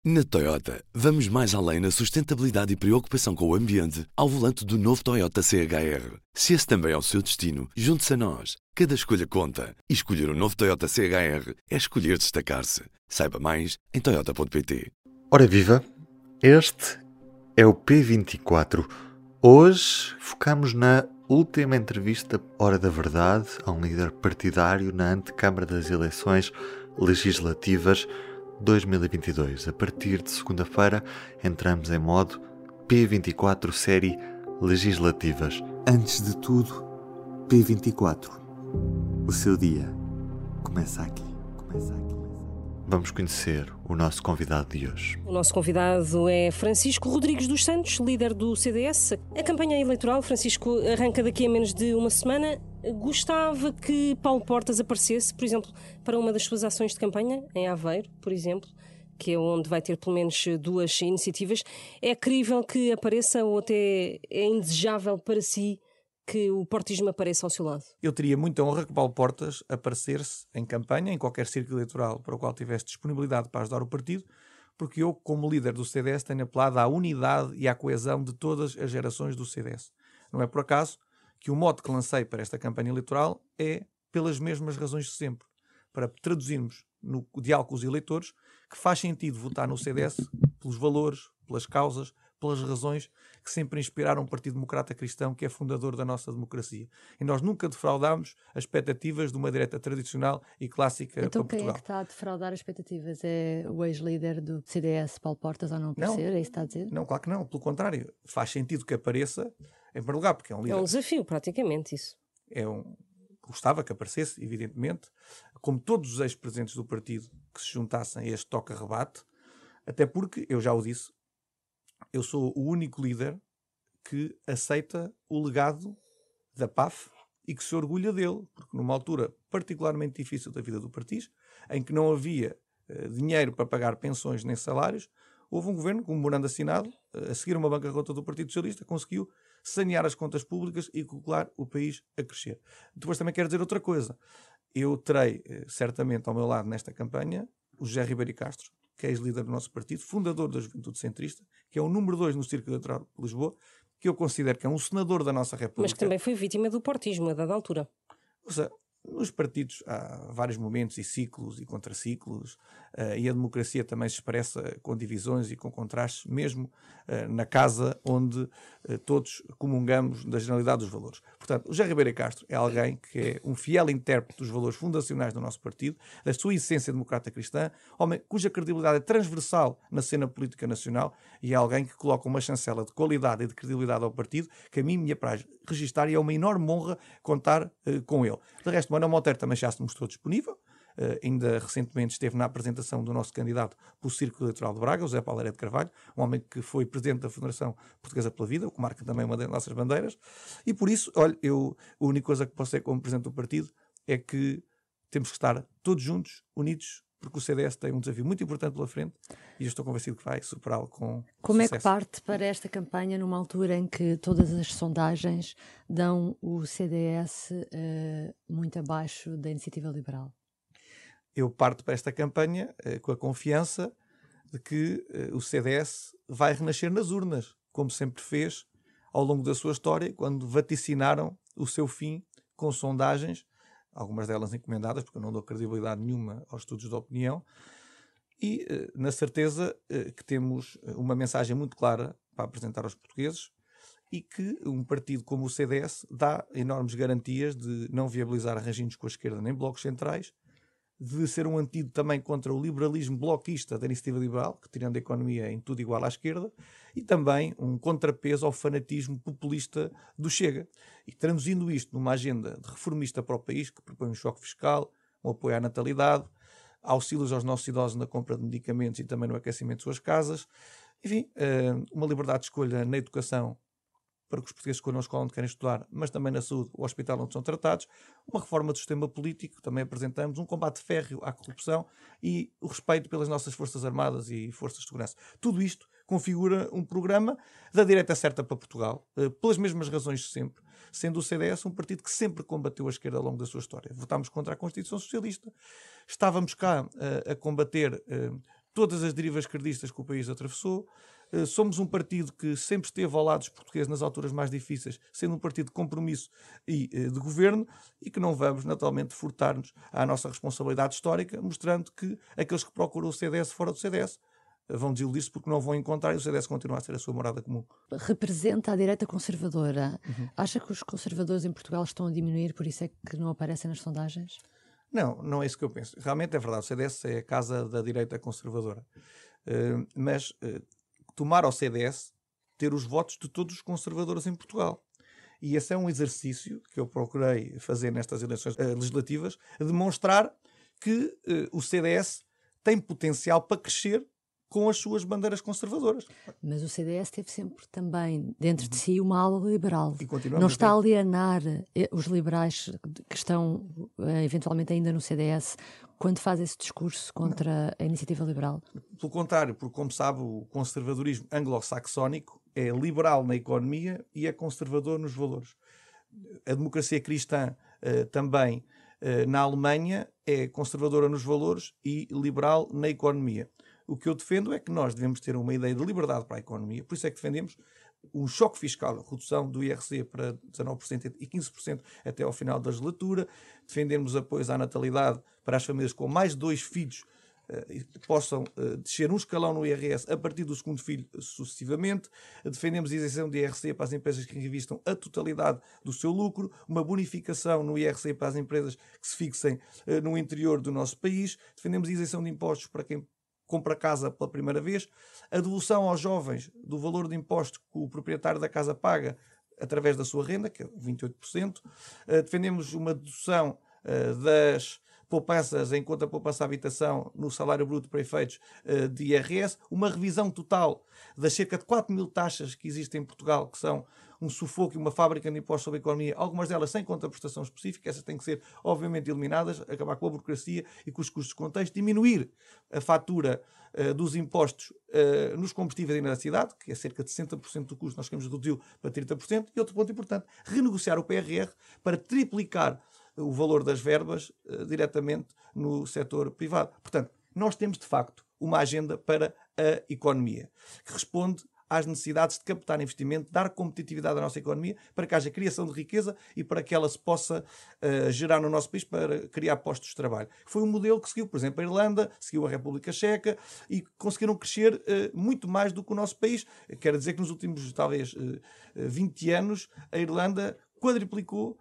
Na Toyota, vamos mais além na sustentabilidade e preocupação com o ambiente ao volante do novo Toyota CHR. Se esse também é o seu destino, junte-se a nós. Cada escolha conta. E escolher o novo Toyota CHR é escolher destacar-se. Saiba mais em toyota.pt. Ora viva, este é o P24. Hoje focamos na última entrevista Hora da Verdade a um líder partidário na antecâmara das eleições legislativas 2022. A partir de segunda-feira entramos em modo P24 série legislativas. Antes de tudo, P24. O seu dia começa aqui. Vamos conhecer o nosso convidado de hoje. O nosso convidado é Francisco Rodrigues dos Santos, líder do CDS. A campanha eleitoral, Francisco, arranca daqui a menos de uma semana. Gostava que Paulo Portas aparecesse, por exemplo, para uma das suas ações de campanha, em Aveiro, por exemplo, que é onde vai ter pelo menos duas iniciativas. É crível que apareça ou até é indesejável para si que o portismo apareça ao seu lado? Eu teria muita honra que Paulo Portas aparecesse em campanha, em qualquer círculo eleitoral para o qual tivesse disponibilidade para ajudar o partido, porque eu, como líder do CDS, tenho apelado à unidade e à coesão de todas as gerações do CDS. Não é por acaso que o mote que lancei para esta campanha eleitoral é pelas mesmas razões de sempre, para traduzirmos no diálogo com os eleitores que faz sentido votar no CDS pelos valores, pelas causas, pelas razões que sempre inspiraram o Partido Democrata Cristão, que é fundador da nossa democracia. E nós nunca defraudámos as expectativas de uma direita tradicional e clássica então, para Portugal. Então quem é que está a defraudar as expectativas? É o ex-líder do CDS, Paulo Portas, ou não aparecer? É isso que está a dizer? Não, claro que não. Pelo contrário. Faz sentido que apareça, em primeiro lugar, porque é um líder. É um desafio, praticamente, isso. Gostava que aparecesse, evidentemente, como todos os ex-presidentes do partido que se juntassem a este toca-rebate, até porque, eu já o disse, eu sou o único líder que aceita o legado da PAF e que se orgulha dele, porque numa altura particularmente difícil da vida do partido, em que não havia dinheiro para pagar pensões nem salários, houve um governo com um memorando assinado, a seguir uma bancarrota do Partido Socialista, conseguiu sanear as contas públicas e colocar o país a crescer. Depois também quero dizer outra coisa. Eu terei certamente ao meu lado nesta campanha o José Ribeiro Castro, que é ex-líder do nosso partido, fundador da Juventude Centrista, que é o número 2 no Círculo Eleitoral de Lisboa, que eu considero que é um senador da nossa República. Mas que também foi vítima do portismo a dada altura. Ou seja, nos partidos há vários momentos e ciclos e contraciclos, e a democracia também se expressa com divisões e com contrastes, mesmo na casa onde todos comungamos da generalidade dos valores. Portanto, o José Ribeiro Castro é alguém que é um fiel intérprete dos valores fundacionais do nosso partido, da sua essência democrata cristã, homem cuja credibilidade é transversal na cena política nacional e é alguém que coloca uma chancela de qualidade e de credibilidade ao partido que a mim me apraz registar e é uma enorme honra contar com ele. De resto, Manuel Monteiro também já se mostrou disponível. Ainda recentemente esteve na apresentação do nosso candidato para o Círculo Eleitoral de Braga, o José Paulo Areia de Carvalho, um homem que foi presidente da Federação Portuguesa pela Vida, o que marca também uma das nossas bandeiras. E por isso, olha, a única coisa que posso dizer como presidente do partido é que temos que estar todos juntos, unidos, porque o CDS tem um desafio muito importante pela frente e eu estou convencido que vai superá-lo com Como sucesso. É que parte para esta campanha numa altura em que todas as sondagens dão o CDS muito abaixo da Iniciativa Liberal? Eu parto para esta campanha com a confiança de que o CDS vai renascer nas urnas, como sempre fez ao longo da sua história, quando vaticinaram o seu fim com sondagens, algumas delas encomendadas, porque eu não dou credibilidade nenhuma aos estudos de opinião, e na certeza que temos uma mensagem muito clara para apresentar aos portugueses e que um partido como o CDS dá enormes garantias de não viabilizar arranjinhos com a esquerda nem blocos centrais, de ser um antídoto também contra o liberalismo bloquista da Iniciativa Liberal, que tirando a economia em tudo igual à esquerda, e também um contrapeso ao fanatismo populista do Chega. E traduzindo isto numa agenda de reformista para o país, que propõe um choque fiscal, um apoio à natalidade, auxílios aos nossos idosos na compra de medicamentos e também no aquecimento de suas casas, enfim, uma liberdade de escolha na educação para que os portugueses escolham a escola onde querem estudar, mas também na saúde, o hospital onde são tratados, uma reforma do sistema político, também apresentamos, um combate férreo à corrupção e o respeito pelas nossas Forças Armadas e Forças de Segurança. Tudo isto configura um programa da direita certa para Portugal, pelas mesmas razões de sempre, sendo o CDS um partido que sempre combateu a esquerda ao longo da sua história. Votámos contra a Constituição Socialista, estávamos cá a combater todas as derivas esquerdistas que o país atravessou. Somos um partido que sempre esteve ao lado dos portugueses nas alturas mais difíceis, sendo um partido de compromisso e de governo, e que não vamos, naturalmente, furtar-nos à nossa responsabilidade histórica, mostrando que aqueles que procuram o CDS fora do CDS vão desiludir-se porque não vão encontrar, e o CDS continua a ser a sua morada comum. Representa a direita conservadora. Acha que os conservadores em Portugal estão a diminuir, por isso é que não aparecem nas sondagens? Não, não é isso que eu penso. Realmente é verdade, o CDS é a casa da direita conservadora. Mas tomar ao CDS ter os votos de todos os conservadores em Portugal. E esse é um exercício que eu procurei fazer nestas eleições legislativas, demonstrar que o CDS tem potencial para crescer com as suas bandeiras conservadoras. Mas o CDS teve sempre também dentro de si uma ala liberal. E não está a alienar os liberais que estão eventualmente ainda no CDS quando faz esse discurso contra a iniciativa liberal? Pelo contrário, porque, como sabe, o conservadorismo anglo-saxónico é liberal na economia e é conservador nos valores. A democracia cristã também na Alemanha é conservadora nos valores e liberal na economia. O que eu defendo é que nós devemos ter uma ideia de liberdade para a economia, por isso é que defendemos um choque fiscal, a redução do IRC para 19% e 15% até ao final da legislatura, defendemos apoios à natalidade para as famílias com mais de 2 filhos possam descer um escalão no IRS a partir do segundo filho sucessivamente, defendemos a isenção de IRC para as empresas que revistam a totalidade do seu lucro, uma bonificação no IRC para as empresas que se fixem no interior do nosso país, defendemos a isenção de impostos para quem compra casa pela primeira vez, a devolução aos jovens do valor de imposto que o proprietário da casa paga através da sua renda, que é 28%. Defendemos uma dedução das poupanças em conta poupança habitação no salário bruto para efeitos de IRS, uma revisão total das cerca de 4 mil taxas que existem em Portugal, que são um sufoco e uma fábrica de impostos sobre a economia, algumas delas sem contraprestação específica, essas têm que ser obviamente eliminadas, acabar com a burocracia e com os custos de contexto, diminuir a fatura dos impostos nos combustíveis na cidade, que é cerca de 60% do custo, nós queremos reduzi-lo para 30%, e outro ponto importante, renegociar o PRR para triplicar o valor das verbas diretamente no setor privado. Portanto, nós temos de facto uma agenda para a economia, que responde às necessidades de captar investimento, dar competitividade à nossa economia, para que haja criação de riqueza e para que ela se possa gerar no nosso país para criar postos de trabalho. Foi um modelo que seguiu, por exemplo, a Irlanda, seguiu a República Checa e conseguiram crescer muito mais do que o nosso país. Quero dizer que nos últimos, talvez, 20 anos, a Irlanda quadriplicou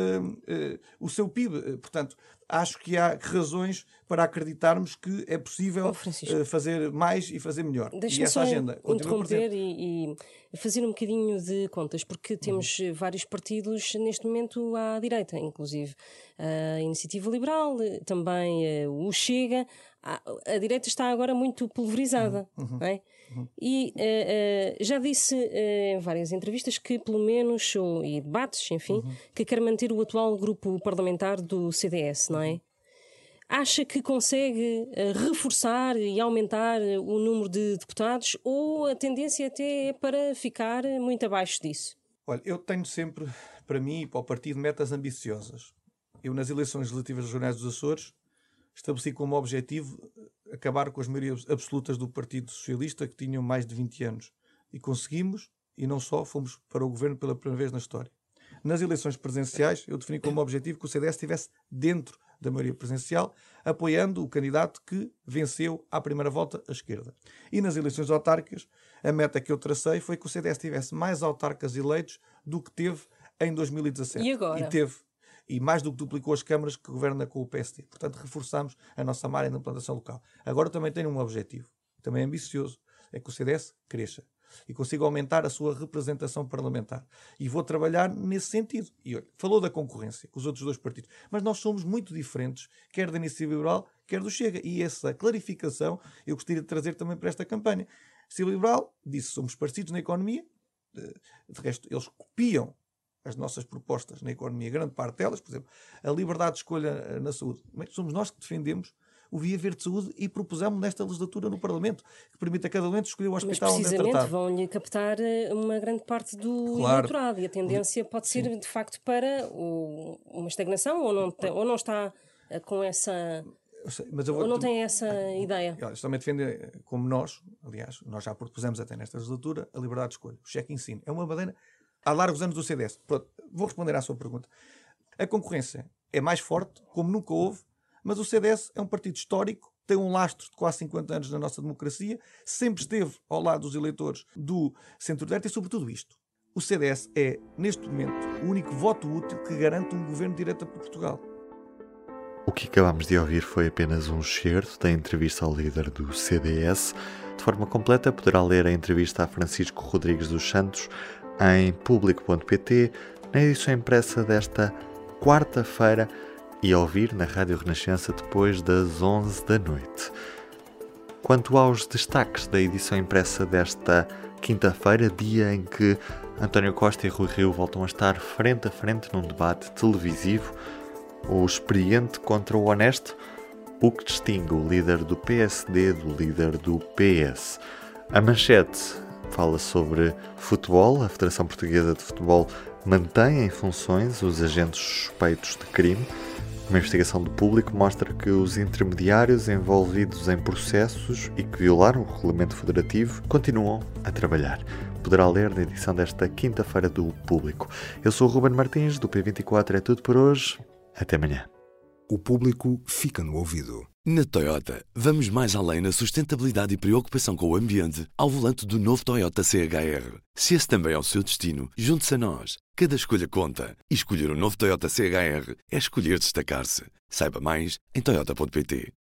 o seu PIB. Portanto, acho que há razões para acreditarmos que é possível fazer mais e fazer melhor. Deixa-me só interromper e fazer um bocadinho de contas, porque temos vários partidos neste momento à direita, inclusive a Iniciativa Liberal, também o Chega. A direita está agora muito pulverizada, não é? E já disse em várias entrevistas que pelo menos, e debates, enfim, que quer manter o atual grupo parlamentar do CDS, não é? Acha que consegue reforçar e aumentar o número de deputados, ou a tendência até é para ficar muito abaixo disso? Olha, eu tenho sempre, para mim e para o partido, metas ambiciosas. Eu, nas eleições legislativas regionais dos Açores, estabeleci como objetivo acabar com as maiorias absolutas do Partido Socialista, que tinham mais de 20 anos. E conseguimos, e não só, fomos para o governo pela primeira vez na história. Nas eleições presidenciais, eu defini como objetivo que o CDS estivesse dentro da maioria presidencial, apoiando o candidato que venceu à primeira volta à esquerda. E nas eleições autárquicas, a meta que eu tracei foi que o CDS tivesse mais autarcas eleitos do que teve em 2017. E agora? E teve. E mais do que duplicou as câmaras que governa com o PSD. Portanto, reforçamos a nossa marca na implantação local. Agora também tenho um objetivo, também ambicioso, é que o CDS cresça e consiga aumentar a sua representação parlamentar. E vou trabalhar nesse sentido. E olha, falou da concorrência com os outros dois partidos, mas nós somos muito diferentes, quer da Iniciativa Liberal, quer do Chega. E essa clarificação eu gostaria de trazer também para esta campanha. A Iniciativa Liberal disse que somos parecidos na economia, de resto eles copiam as nossas propostas na economia, grande parte delas, por exemplo, a liberdade de escolha na saúde. Mas somos nós que defendemos o Via Verde de Saúde e propusemos nesta legislatura no Parlamento, que permite a cada doente escolher o hospital onde é tratado. Mas precisamente vão-lhe captar uma grande parte do eleitorado, e a tendência pode ser, de facto, para uma estagnação, ou não está com essa Ou não tem essa ideia? Eles também defendem, como nós, aliás, nós já propusemos até nesta legislatura, a liberdade de escolha. O cheque ensino é uma bandeira há largos anos do CDS. Pronto, vou responder à sua pergunta. A concorrência é mais forte, como nunca houve, mas o CDS é um partido histórico, tem um lastro de quase 50 anos na nossa democracia, sempre esteve ao lado dos eleitores do centro-direita e, sobretudo, isto. O CDS é, neste momento, o único voto útil que garante um governo de direita para Portugal. O que acabámos de ouvir foi apenas um excerto da entrevista ao líder do CDS. De forma completa, poderá ler a entrevista a Francisco Rodrigues dos Santos em público.pt, na edição impressa desta quarta-feira, e a ouvir na Rádio Renascença depois das 11 da noite. Quanto aos destaques da edição impressa desta quinta-feira, dia em que António Costa e Rui Rio voltam a estar frente a frente num debate televisivo, o experiente contra o honesto, o que distingue o líder do PSD do líder do PS. A manchete fala sobre futebol. A Federação Portuguesa de Futebol mantém em funções os agentes suspeitos de crime. Uma investigação do Público mostra que os intermediários envolvidos em processos e que violaram o regulamento federativo continuam a trabalhar. Poderá ler na edição desta quinta-feira do Público. Eu sou o Ruben Martins, do P24. É tudo por hoje. Até amanhã. O Público fica no ouvido. Na Toyota, vamos mais além na sustentabilidade e preocupação com o ambiente ao volante do novo Toyota CHR. Se esse também é o seu destino, junte-se a nós. Cada escolha conta. E escolher o novo Toyota CHR é escolher destacar-se. Saiba mais em toyota.pt.